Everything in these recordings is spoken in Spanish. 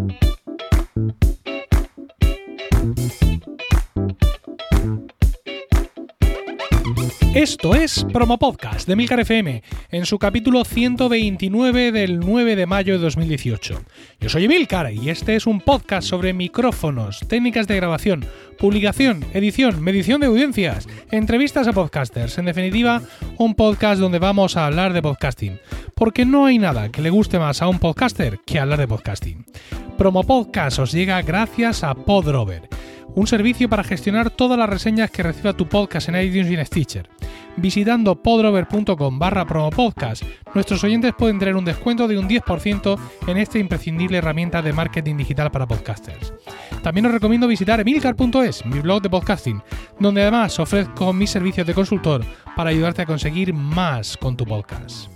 Esto es Promo Podcast de Emilcar FM, en su capítulo 129 del 9 de mayo de 2018. Yo soy Emilcar y este es un podcast sobre micrófonos, técnicas de grabación, publicación, edición, medición de audiencias, entrevistas a podcasters, en definitiva, un podcast donde vamos a hablar de podcasting, porque no hay nada que le guste más a un podcaster que hablar de podcasting. Promo Podcast os llega gracias a Podrover, un servicio para gestionar todas las reseñas que reciba tu podcast en iTunes y en Stitcher. Visitando podrover.com/promopodcast, nuestros oyentes pueden tener un descuento de un 10% en esta imprescindible herramienta de marketing digital para podcasters. También os recomiendo visitar emilcar.es, mi blog de podcasting, donde además ofrezco mis servicios de consultor para ayudarte a conseguir más con tu podcast.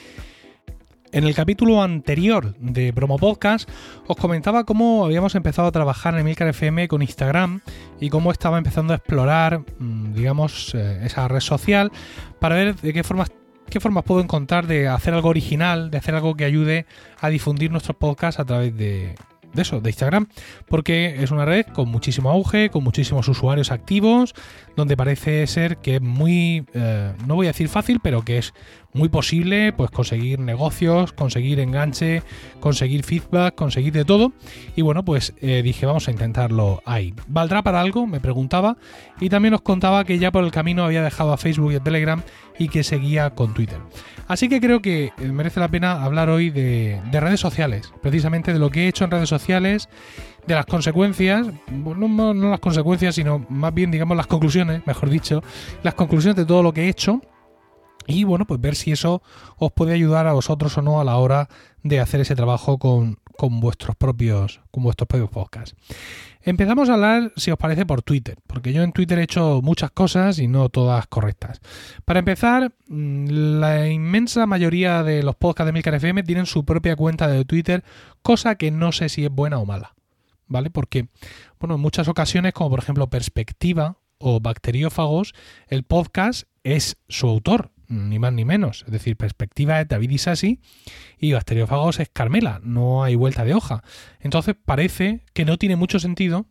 En el capítulo anterior de Promo Podcast os comentaba cómo habíamos empezado a trabajar en Emilcar FM con Instagram y cómo estaba empezando a explorar, esa red social para ver de qué formas puedo encontrar de hacer algo original, de hacer algo que ayude a difundir nuestros podcasts a través de Instagram, porque es una red con muchísimo auge, con muchísimos usuarios activos, donde parece ser que es muy, no voy a decir fácil, pero que es muy posible pues conseguir negocios, conseguir enganche, conseguir feedback, conseguir de todo. Y bueno, pues dije, vamos a intentarlo ahí. ¿Valdrá para algo? Me preguntaba. Y también os contaba que ya por el camino había dejado a Facebook y a Telegram y que seguía con Twitter. Así que creo que merece la pena hablar hoy de redes sociales, precisamente de lo que he hecho en redes sociales, de las consecuencias, no las consecuencias, sino más bien, digamos, las conclusiones, mejor dicho, las conclusiones de todo lo que he hecho y, bueno, pues ver si eso os puede ayudar a vosotros o no a la hora de hacer ese trabajo con vuestros propios podcasts. Empezamos a hablar, si os parece, por Twitter, porque yo en Twitter he hecho muchas cosas y no todas correctas. Para empezar, la inmensa mayoría de los podcasts de Emilcar FM tienen su propia cuenta de Twitter, cosa que no sé si es buena o mala, ¿vale? Porque, bueno, en muchas ocasiones, como por ejemplo Perspectiva o Bacteriófagos, el podcast es su autor, ni más ni menos. Es decir, Perspectiva es David Isasi y Bacteriófagos es Carmela, no hay vuelta de hoja. Entonces parece que no tiene mucho sentido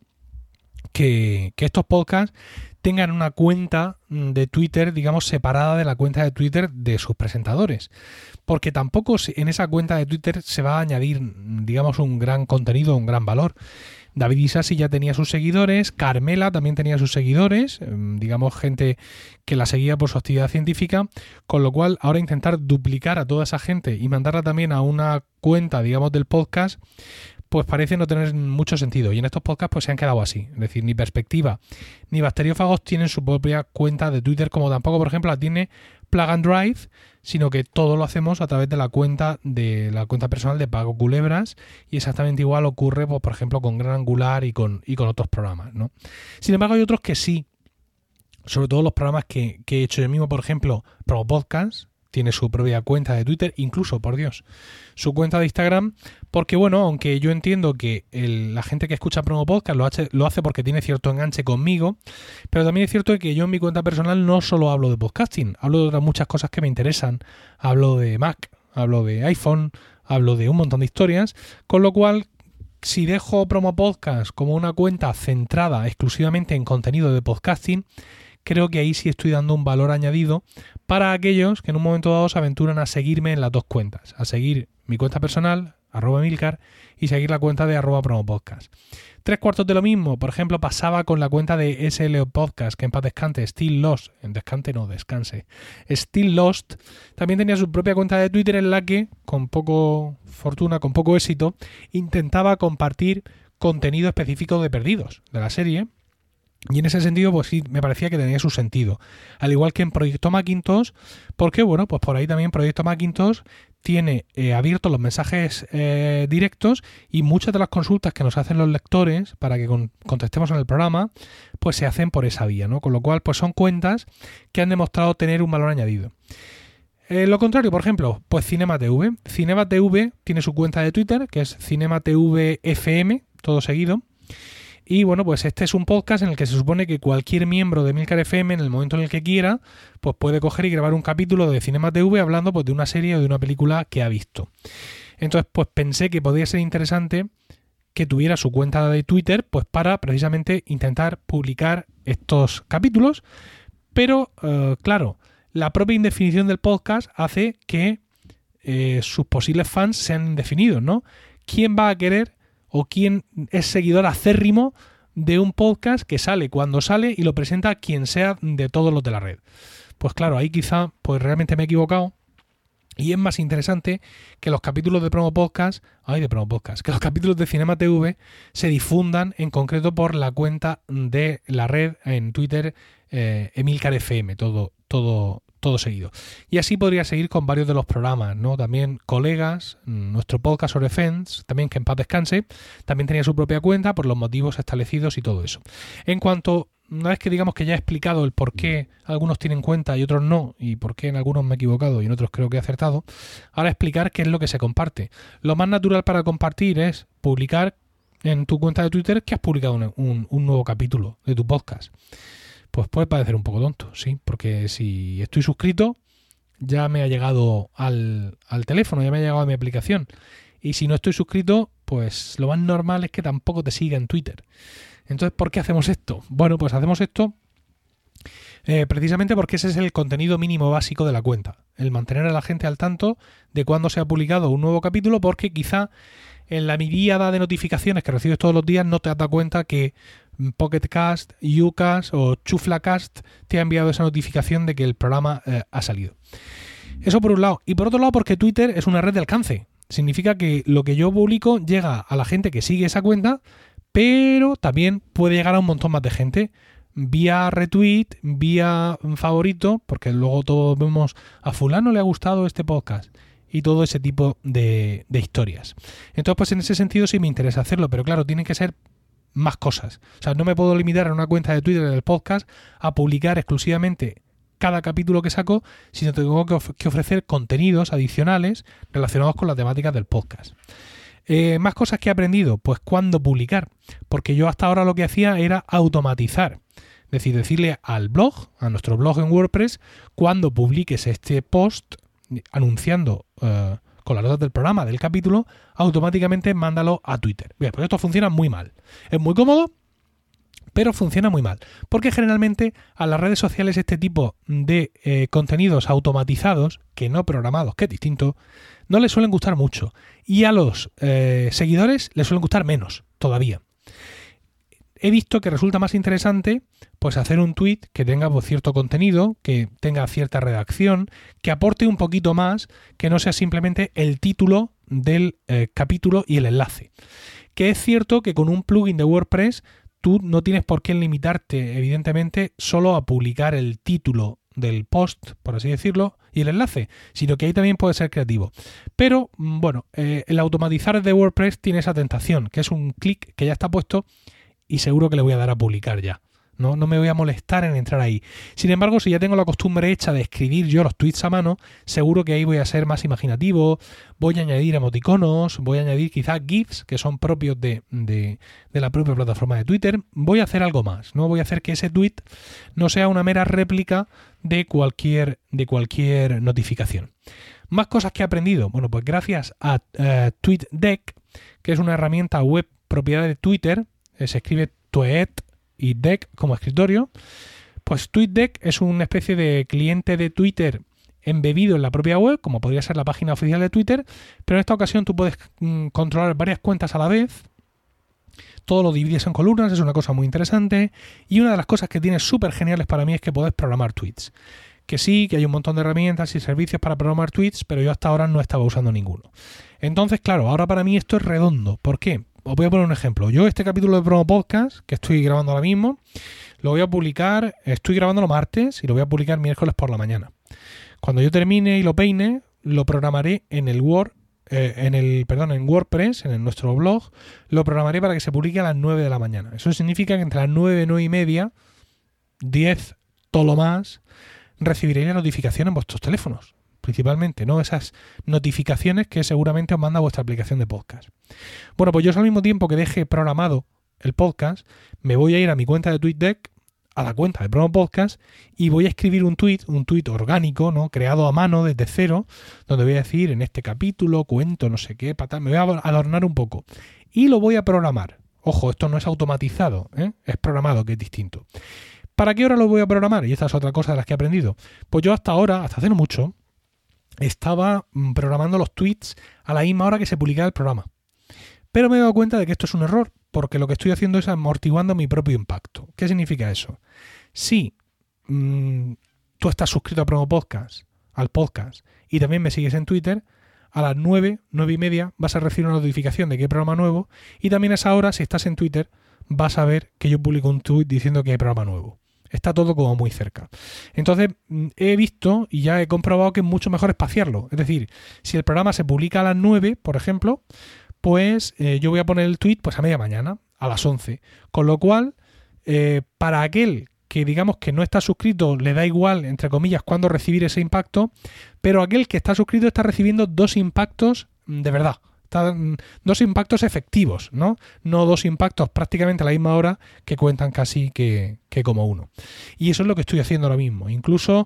que estos podcasts tengan una cuenta de Twitter, digamos, separada de la cuenta de Twitter de sus presentadores. Porque tampoco en esa cuenta de Twitter se va a añadir, digamos, un gran contenido, un gran valor. David Isasi ya tenía sus seguidores, Carmela también tenía sus seguidores, digamos gente que la seguía por su actividad científica, con lo cual ahora intentar duplicar a toda esa gente y mandarla también a una cuenta, digamos, del podcast, pues parece no tener mucho sentido. Y en estos podcasts pues se han quedado así. Es decir, ni Perspectiva ni Bacteriófagos tienen su propia cuenta de Twitter, como tampoco, por ejemplo, la tiene Plug and Drive, sino que todo lo hacemos a través de la cuenta personal de Paco Culebras, y exactamente igual ocurre, pues, por ejemplo, con Gran Angular y con otros programas, ¿no? Sin embargo, hay otros que sí, sobre todo los programas que he hecho yo mismo, por ejemplo, Promo Podcast tiene su propia cuenta de Twitter, incluso, por Dios, su cuenta de Instagram, porque, bueno, aunque yo entiendo que la gente que escucha Promo Podcast lo hace porque tiene cierto enganche conmigo, pero también es cierto que yo en mi cuenta personal no solo hablo de podcasting, hablo de otras muchas cosas que me interesan, hablo de Mac, hablo de iPhone, hablo de un montón de historias, con lo cual, si dejo Promo Podcast como una cuenta centrada exclusivamente en contenido de podcasting, creo que ahí sí estoy dando un valor añadido para aquellos que en un momento dado se aventuran a seguirme en las dos cuentas, a seguir mi cuenta personal, @Emilcar, y seguir la cuenta de @promopodcast. 3/4 de lo mismo, por ejemplo, pasaba con la cuenta de SLO Podcast, que en paz descanse, Still Lost, Still Lost, también tenía su propia cuenta de Twitter en la que, con poco fortuna, con poco éxito, intentaba compartir contenido específico de Perdidos, de la serie. Y en ese sentido, pues sí, me parecía que tenía su sentido. Al igual que en Proyecto Macintosh, porque, bueno, pues por ahí también Proyecto Macintosh tiene abiertos los mensajes directos, y muchas de las consultas que nos hacen los lectores para que contestemos en el programa, pues se hacen por esa vía, ¿no? Con lo cual, pues son cuentas que han demostrado tener un valor añadido. Lo contrario, por ejemplo, pues Cinema TV. Cinema TV tiene su cuenta de Twitter, que es Cinema TV FM, todo seguido. Y bueno, pues este es un podcast en el que se supone que cualquier miembro de Emilcar FM, en el momento en el que quiera, pues puede coger y grabar un capítulo de Cinema TV hablando, pues, de una serie o de una película que ha visto. Entonces, pues pensé que podría ser interesante que tuviera su cuenta de Twitter, pues para precisamente intentar publicar estos capítulos. Pero, claro, la propia indefinición del podcast hace que sus posibles fans sean indefinidos, ¿no? ¿Quién va a querer o quién es seguidor acérrimo de un podcast que sale cuando sale y lo presenta quien sea de todos los de la red? Pues claro, ahí quizá pues realmente me he equivocado. Y es más interesante que los capítulos de Promo Podcast, que los capítulos de Cinema TV se difundan en concreto por la cuenta de la red en Twitter, Emilcar FM, todo seguido. Y así podría seguir con varios de los programas, ¿no? También Colegas, nuestro podcast sobre Friends, también que en paz descanse, también tenía su propia cuenta por los motivos establecidos y todo eso. En cuanto, una vez que digamos que ya he explicado el por qué algunos tienen cuenta y otros no, y por qué en algunos me he equivocado y en otros creo que he acertado, ahora explicar qué es lo que se comparte. Lo más natural para compartir es publicar en tu cuenta de Twitter que has publicado un nuevo capítulo de tu podcast. Pues puede parecer un poco tonto, sí, porque si estoy suscrito ya me ha llegado al teléfono, ya me ha llegado a mi aplicación. Y si no estoy suscrito, pues lo más normal es que tampoco te siga en Twitter. Entonces, ¿por qué hacemos esto? Bueno, pues hacemos esto precisamente porque ese es el contenido mínimo básico de la cuenta. El mantener a la gente al tanto de cuándo se ha publicado un nuevo capítulo, porque quizá en la miríada de notificaciones que recibes todos los días no te has dado cuenta que Pocket Cast, Ucast o Chuflacast te ha enviado esa notificación de que el programa ha salido. Eso por un lado. Y por otro lado, porque Twitter es una red de alcance. Significa que lo que yo publico llega a la gente que sigue esa cuenta, pero también puede llegar a un montón más de gente vía retweet, vía favorito, porque luego todos vemos a fulano le ha gustado este podcast y todo ese tipo de historias. Entonces, pues en ese sentido sí me interesa hacerlo, pero claro, tienen que ser más cosas. O sea, no me puedo limitar a una cuenta de Twitter del podcast a publicar exclusivamente cada capítulo que saco, sino tengo que ofrecer contenidos adicionales relacionados con las temáticas del podcast. Más cosas que he aprendido, pues cuándo publicar, porque yo hasta ahora lo que hacía era automatizar, es decir, decirle al blog, a nuestro blog en WordPress, cuando publiques este post anunciando con las notas del programa, del capítulo, automáticamente mándalo a Twitter. Bien, pues esto funciona muy mal. Es muy cómodo, pero funciona muy mal. Porque generalmente a las redes sociales este tipo de contenidos automatizados, que no programados, que es distinto, no les suelen gustar mucho. Y a los seguidores les suelen gustar menos todavía. He visto que resulta más interesante pues hacer un tweet que tenga pues, cierto contenido, que tenga cierta redacción, que aporte un poquito más, que no sea simplemente el título del capítulo y el enlace. Que es cierto que con un plugin de WordPress tú no tienes por qué limitarte, evidentemente, solo a publicar el título del post, por así decirlo, y el enlace, sino que ahí también puede ser creativo. Pero, bueno, el automatizar de WordPress tiene esa tentación, que es un clic que ya está puesto y seguro que le voy a dar a publicar ya. No me voy a molestar en entrar ahí. Sin embargo, si ya tengo la costumbre hecha de escribir yo los tweets a mano, seguro que ahí voy a ser más imaginativo, voy a añadir emoticonos, voy a añadir quizás GIFs que son propios de la propia plataforma de Twitter. Voy a hacer algo más, ¿no? Voy a hacer que ese tweet no sea una mera réplica de cualquier notificación. Más cosas que he aprendido. Bueno, pues gracias a TweetDeck, que es una herramienta web propiedad de Twitter, se escribe Tweet y Deck como escritorio, pues TweetDeck es una especie de cliente de Twitter embebido en la propia web, como podría ser la página oficial de Twitter, pero en esta ocasión tú puedes controlar varias cuentas a la vez, todo lo divides en columnas, es una cosa muy interesante, y una de las cosas que tiene súper geniales para mí es que puedes programar tweets. Que sí, que hay un montón de herramientas y servicios para programar tweets, pero yo hasta ahora no estaba usando ninguno. Entonces, claro, ahora para mí esto es redondo. ¿Por qué? Os voy a poner un ejemplo. Yo este capítulo de Promo Podcast, que estoy grabando ahora mismo, lo voy a publicar, estoy grabándolo martes y lo voy a publicar miércoles por la mañana. Cuando yo termine y lo peine, lo programaré en en WordPress, en nuestro blog, lo programaré para que se publique a las 9 de la mañana. Eso significa que entre las 9 y 9 y media, 10, todo lo más, recibiréis la notificación en vuestros teléfonos. Principalmente, ¿no? Esas notificaciones que seguramente os manda vuestra aplicación de podcast. Bueno, pues yo al mismo tiempo que deje programado el podcast, me voy a ir a mi cuenta de TweetDeck, a la cuenta de Promo Podcast, y voy a escribir un tweet orgánico, ¿no? Creado a mano desde cero, donde voy a decir en este capítulo, cuento, no sé qué, me voy a adornar un poco. y lo voy a programar. Ojo, esto no es automatizado, es programado, que es distinto. ¿Para qué hora lo voy a programar? Y esta es otra cosa de las que he aprendido. Pues yo hasta ahora, hasta hace no mucho, estaba programando los tweets a la misma hora que se publicaba el programa. Pero me he dado cuenta de que esto es un error, porque lo que estoy haciendo es amortiguando mi propio impacto. ¿Qué significa eso? Si tú estás suscrito a Promo Podcast, al podcast, y también me sigues en Twitter, a las 9:30 vas a recibir una notificación de que hay programa nuevo, y también a esa hora, si estás en Twitter, vas a ver que yo publico un tweet diciendo que hay programa nuevo. Está todo como muy cerca. Entonces, he visto y ya he comprobado que es mucho mejor espaciarlo. Es decir, si el programa se publica a las 9, por ejemplo, pues yo voy a poner el tweet pues a media mañana, a las 11. Con lo cual, para aquel que digamos que no está suscrito, le da igual, entre comillas, cuándo recibir ese impacto, pero aquel que está suscrito está recibiendo dos impactos de verdad. Dos impactos efectivos, ¿no? No dos impactos prácticamente a la misma hora que cuentan casi que como uno. Y eso es lo que estoy haciendo ahora mismo. Incluso,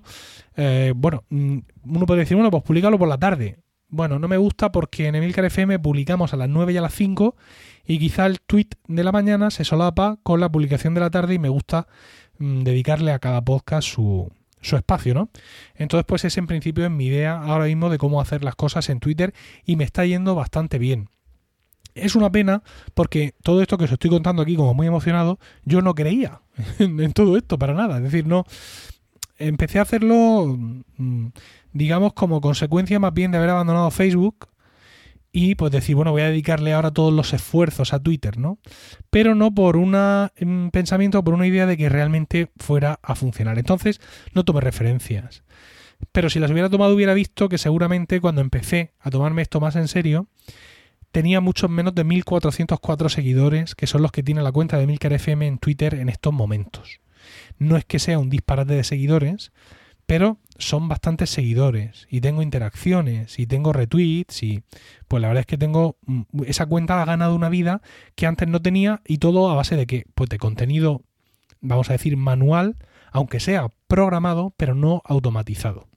uno puede decir, bueno, pues publicarlo por la tarde. Bueno, no me gusta porque en Emilcar FM publicamos a las 9 y a las 5 y quizá el tweet de la mañana se solapa con la publicación de la tarde y me gusta dedicarle a cada podcast su espacio, ¿no? Entonces, pues ese en principio es mi idea ahora mismo de cómo hacer las cosas en Twitter y me está yendo bastante bien. Es una pena porque todo esto que os estoy contando aquí como muy emocionado, yo no creía en todo esto para nada. Es decir, no empecé a hacerlo, digamos, como consecuencia más bien de haber abandonado Facebook y pues decir, bueno, voy a dedicarle ahora todos los esfuerzos a Twitter, ¿no? Pero no por un pensamiento, por una idea de que realmente fuera a funcionar. Entonces, no tomé referencias. Pero si las hubiera tomado, hubiera visto que seguramente cuando empecé a tomarme esto más en serio, tenía muchos menos de 1.404 seguidores, que son los que tiene la cuenta de Emilcar FM en Twitter en estos momentos. No es que sea un disparate de seguidores, pero son bastantes seguidores y tengo interacciones y tengo retweets y pues la verdad es que tengo esa cuenta ha ganado una vida que antes no tenía y todo a base de qué, pues de contenido, vamos a decir manual, aunque sea programado, pero no automatizado.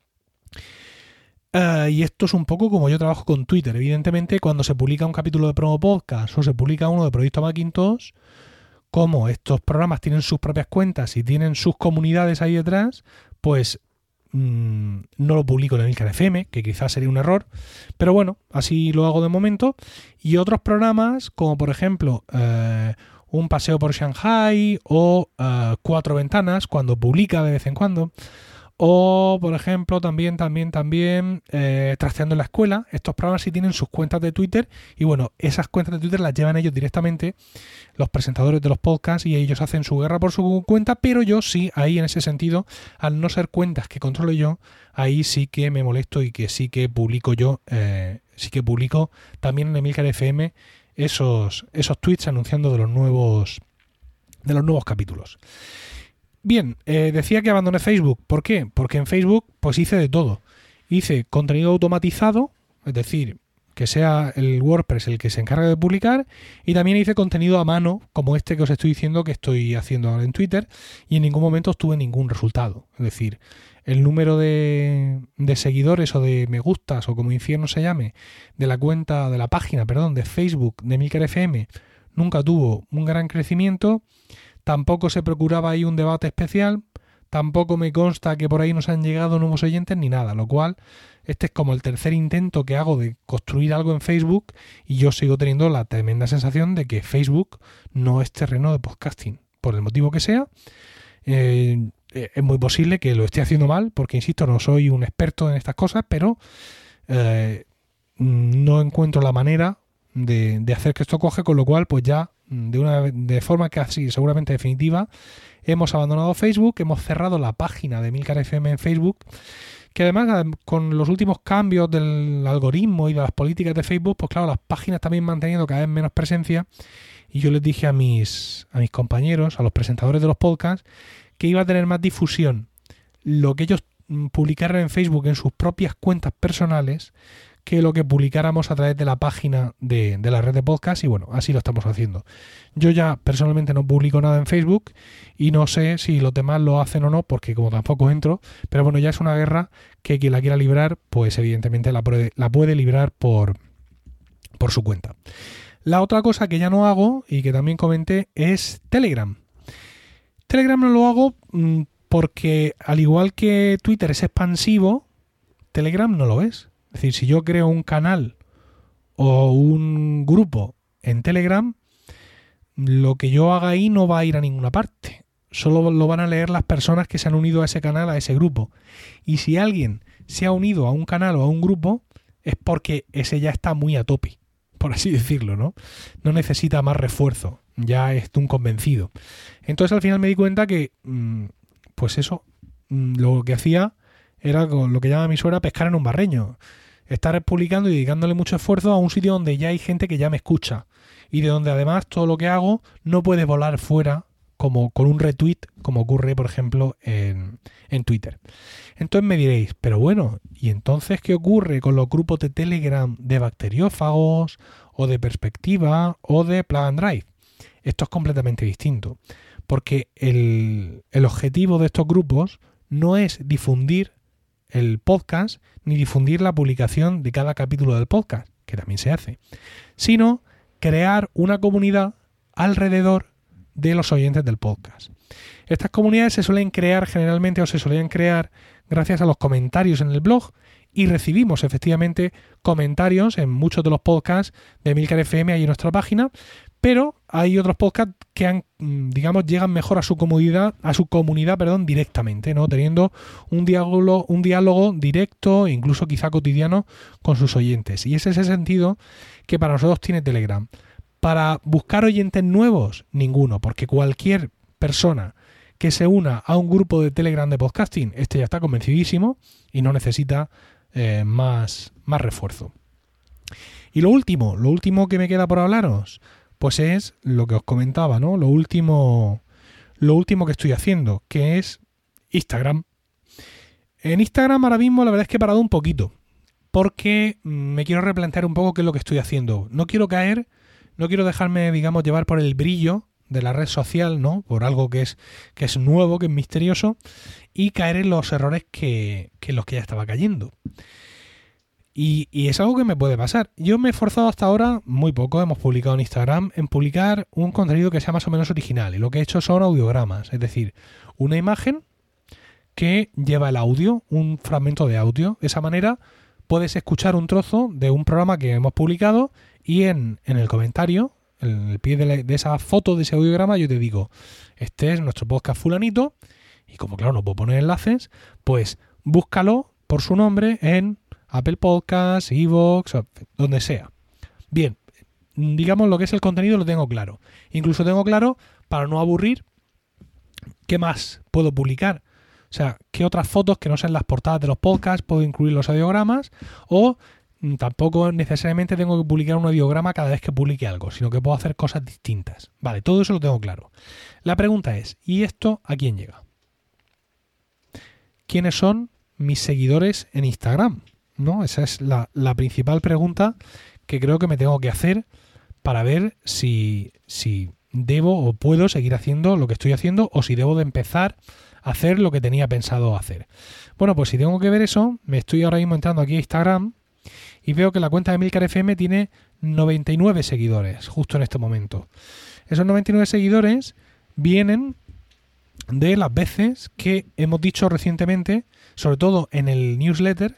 Y esto es un poco como yo trabajo con Twitter. Evidentemente, cuando se publica un capítulo de Promo Podcast o se publica uno de Proyecto Macintosh, como estos programas tienen sus propias cuentas y tienen sus comunidades ahí detrás, pues no lo publico en Emilcar FM, que quizás sería un error, pero bueno, así lo hago de momento. Y otros programas, como por ejemplo un paseo por Shanghai o Cuatro Ventanas, cuando publica de vez en cuando, o por ejemplo también Trasteando en la Escuela, estos programas sí tienen sus cuentas de Twitter y bueno, esas cuentas de Twitter las llevan ellos directamente, los presentadores de los podcasts, y ellos hacen su guerra por su cuenta, pero yo sí, ahí en ese sentido, al no ser cuentas que controle yo, ahí sí que me molesto y que sí que publico yo, sí que publico también en Emilcar FM esos tweets anunciando de los nuevos capítulos. Bien, decía que abandoné Facebook. ¿Por qué? Porque en Facebook pues hice de todo. Hice contenido automatizado, es decir, que sea el WordPress el que se encargue de publicar, y también hice contenido a mano, como este que os estoy diciendo que estoy haciendo ahora en Twitter, y en ningún momento obtuve ningún resultado. Es decir, el número de seguidores o de me gustas o como infierno se llame, de la página de Facebook de Emilcar FM nunca tuvo un gran crecimiento. Tampoco se procuraba ahí un debate especial, tampoco me consta que por ahí nos han llegado nuevos oyentes ni nada, lo cual este es como el tercer intento que hago de construir algo en Facebook y yo sigo teniendo la tremenda sensación de que Facebook no es terreno de podcasting, por el motivo que sea. Es muy posible que lo esté haciendo mal, porque insisto, no soy un experto en estas cosas, pero no encuentro la manera de hacer que esto coge, con lo cual pues ya de forma casi seguramente definitiva hemos abandonado Facebook, hemos cerrado la página de Emilcar FM en Facebook, que además con los últimos cambios del algoritmo y de las políticas de Facebook, pues claro, las páginas también manteniendo cada vez menos presencia, y yo les dije a mis compañeros, a los presentadores de los podcasts, que iba a tener más difusión lo que ellos publicaran en Facebook en sus propias cuentas personales que lo que publicáramos a través de la página de la red de podcast, y bueno, así lo estamos haciendo. Yo ya personalmente no publico nada en Facebook y no sé si los demás lo hacen o no, porque como tampoco entro, pero bueno, ya es una guerra que quien la quiera librar, pues evidentemente la puede librar por su cuenta. La otra cosa que ya no hago y que también comenté es Telegram. Telegram no lo hago porque al igual que Twitter es expansivo, Telegram no lo es. Es decir, si yo creo un canal o un grupo en Telegram, lo que yo haga ahí no va a ir a ninguna parte. Solo lo van a leer las personas que se han unido a ese canal, a ese grupo. Y si alguien se ha unido a un canal o a un grupo, es porque ese ya está muy a tope, por así decirlo, ¿no? No necesita más refuerzo, ya es un convencido. Entonces al final me di cuenta que, pues eso, lo que hacía era lo que llama mi suegra pescar en un barreño. Estar publicando y dedicándole mucho esfuerzo a un sitio donde ya hay gente que ya me escucha y de donde además todo lo que hago no puede volar fuera como con un retweet, como ocurre, por ejemplo, en Twitter. Entonces me diréis, pero bueno, ¿y entonces qué ocurre con los grupos de Telegram de bacteriófagos o de perspectiva o de Plug and Drive? Esto es completamente distinto, porque el objetivo de estos grupos no es difundir el podcast ni difundir la publicación de cada capítulo del podcast, que también se hace, sino crear una comunidad alrededor de los oyentes del podcast. Estas comunidades se suelen crear generalmente o se solían crear gracias a los comentarios en el blog y recibimos efectivamente comentarios en muchos de los podcasts de Emilcar FM ahí en nuestra página, pero hay otros podcasts que llegan mejor a su comunidad, directamente, ¿no? Teniendo un diálogo directo e incluso quizá cotidiano con sus oyentes. Y es ese sentido que para nosotros tiene Telegram. Para buscar oyentes nuevos, ninguno, porque cualquier persona que se una a un grupo de Telegram de podcasting, ya está convencidísimo y no necesita más refuerzo. Y lo último que me queda por hablaros, pues es lo que os comentaba, ¿no? Lo último que estoy haciendo, que es Instagram. En Instagram ahora mismo la verdad es que he parado un poquito, porque me quiero replantear un poco qué es lo que estoy haciendo. No quiero dejarme, llevar por el brillo de la red social, ¿no? Por algo que es nuevo, que es misterioso, y caer en los errores que los que ya estaba cayendo. Y es algo que me puede pasar. Yo me he esforzado hasta ahora muy poco, hemos publicado en Instagram, en publicar un contenido que sea más o menos original. Y lo que he hecho son audiogramas, es decir, una imagen que lleva el audio, un fragmento de audio. De esa manera puedes escuchar un trozo de un programa que hemos publicado y en el comentario, en el pie de esa foto, de ese audiograma, yo te digo, este es nuestro podcast fulanito, y como claro no puedo poner enlaces, pues búscalo por su nombre en Apple Podcasts, iVoox, donde sea. Bien, lo que es el contenido lo tengo claro. Incluso tengo claro, para no aburrir, qué más puedo publicar. O sea, qué otras fotos que no sean las portadas de los podcasts puedo incluir los audiogramas, o tampoco necesariamente tengo que publicar un audiograma cada vez que publique algo, sino que puedo hacer cosas distintas. Vale, todo eso lo tengo claro. La pregunta es, ¿y esto a quién llega? ¿Quiénes son mis seguidores en Instagram? ¿No? Esa es la principal pregunta que creo que me tengo que hacer para ver si debo o puedo seguir haciendo lo que estoy haciendo o si debo de empezar a hacer lo que tenía pensado hacer. Bueno, pues si tengo que ver eso, me estoy ahora mismo entrando aquí a Instagram y veo que la cuenta de Emilcar FM tiene 99 seguidores justo en este momento. Esos 99 seguidores vienen de las veces que hemos dicho recientemente, sobre todo en el newsletter,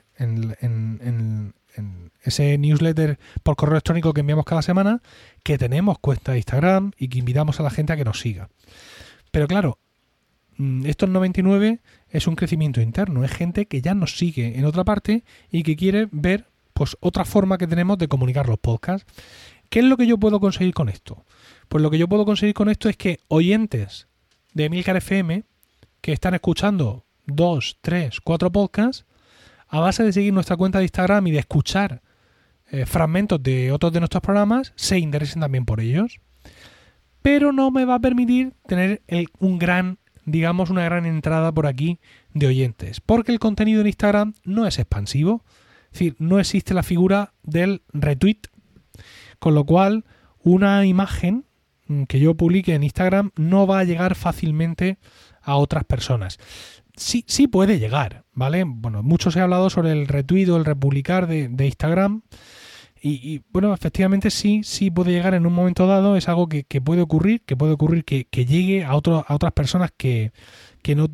en ese newsletter por correo electrónico que enviamos cada semana, que tenemos cuenta de Instagram y que invitamos a la gente a que nos siga. Pero claro, estos 99 es un crecimiento interno, es gente que ya nos sigue en otra parte y que quiere ver pues otra forma que tenemos de comunicar los podcasts. ¿Qué es lo que yo puedo conseguir con esto? Pues lo que yo puedo conseguir con esto es que oyentes de Emilcar FM que están escuchando 2, 3, 4 podcasts, a base de seguir nuestra cuenta de Instagram y de escuchar fragmentos de otros de nuestros programas, se interesen también por ellos. Pero no me va a permitir tener una gran entrada por aquí de oyentes, porque el contenido en Instagram no es expansivo. Es decir, no existe la figura del retweet, con lo cual una imagen que yo publique en Instagram no va a llegar fácilmente a otras personas. Sí puede llegar, ¿vale? Bueno, mucho se ha hablado sobre el retweet o el republicar de Instagram y bueno, efectivamente sí puede llegar en un momento dado, es algo que puede ocurrir, que llegue a otras personas que no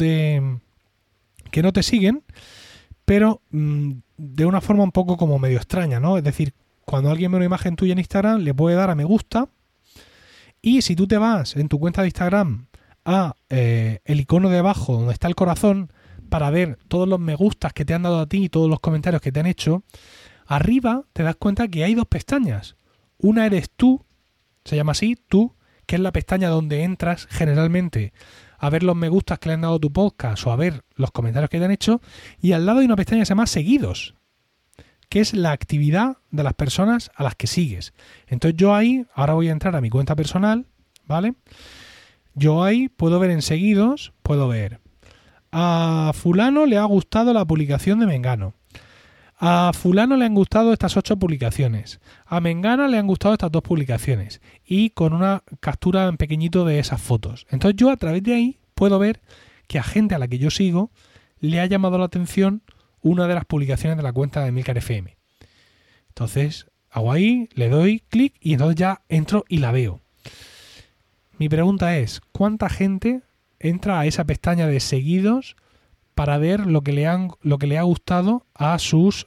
te siguen, pero de una forma un poco como medio extraña, ¿no? Es decir, cuando alguien ve una imagen tuya en Instagram, le puede dar a me gusta, y si tú te vas en tu cuenta de Instagram a el icono de abajo donde está el corazón para ver todos los me gustas que te han dado a ti y todos los comentarios que te han hecho, arriba te das cuenta que hay dos pestañas. Una eres tú, se llama así, tú, que es la pestaña donde entras generalmente a ver los me gustas que le han dado a tu podcast o a ver los comentarios que te han hecho, y al lado hay una pestaña que se llama seguidos, que es la actividad de las personas a las que sigues. Entonces yo ahí, ahora voy a entrar a mi cuenta personal, ¿vale? Yo ahí puedo ver en seguidos, puedo ver a fulano le ha gustado la publicación de Mengano. A fulano le han gustado estas 8 publicaciones. A Mengana le han gustado estas 2 publicaciones. Y con una captura en pequeñito de esas fotos. Entonces yo a través de ahí puedo ver que a gente a la que yo sigo le ha llamado la atención una de las publicaciones de la cuenta de Emilcar FM. Entonces hago ahí, le doy clic y entonces ya entro y la veo. Mi pregunta es, ¿cuánta gente entra a esa pestaña de seguidos para ver lo que le ha gustado a sus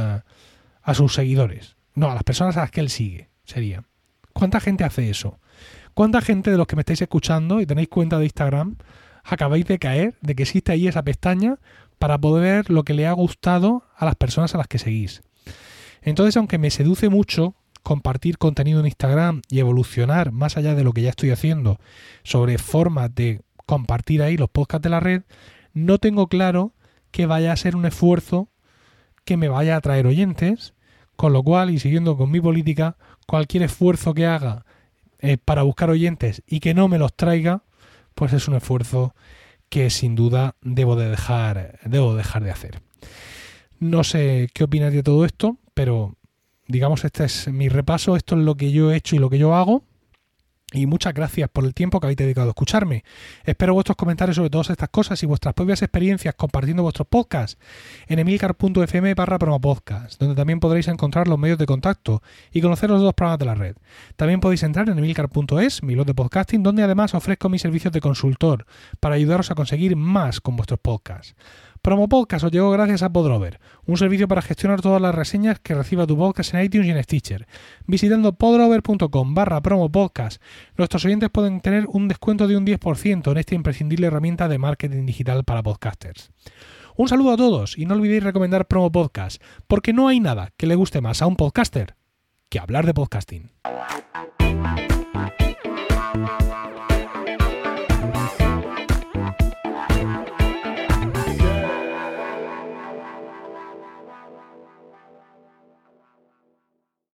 seguidores? No, a las personas a las que él sigue, sería. ¿Cuánta gente hace eso? ¿Cuánta gente de los que me estáis escuchando y tenéis cuenta de Instagram acabáis de caer de que existe ahí esa pestaña para poder ver lo que le ha gustado a las personas a las que seguís? Entonces, aunque me seduce mucho compartir contenido en Instagram y evolucionar más allá de lo que ya estoy haciendo sobre formas de compartir ahí los podcasts de la red, no tengo claro que vaya a ser un esfuerzo que me vaya a traer oyentes, con lo cual, y siguiendo con mi política, cualquier esfuerzo que haga para buscar oyentes y que no me los traiga, pues es un esfuerzo que sin duda debo dejar de hacer. No sé qué opinas de todo esto, pero digamos, este es mi repaso, esto es lo que yo he hecho y lo que yo hago. Y muchas gracias por el tiempo que habéis dedicado a escucharme. Espero vuestros comentarios sobre todas estas cosas y vuestras propias experiencias compartiendo vuestros podcasts en emilcar.fm/promopodcast, donde también podréis encontrar los medios de contacto y conocer los 2 programas de la red. También podéis entrar en emilcar.es, mi blog de podcasting, donde además ofrezco mis servicios de consultor para ayudaros a conseguir más con vuestros podcasts. Promo Podcast os llegó gracias a Podrover, un servicio para gestionar todas las reseñas que reciba tu podcast en iTunes y en Stitcher. Visitando podrover.com/promopodcast, nuestros oyentes pueden tener un descuento de un 10% en esta imprescindible herramienta de marketing digital para podcasters. Un saludo a todos y no olvidéis recomendar Promo Podcast, porque no hay nada que le guste más a un podcaster que hablar de podcasting.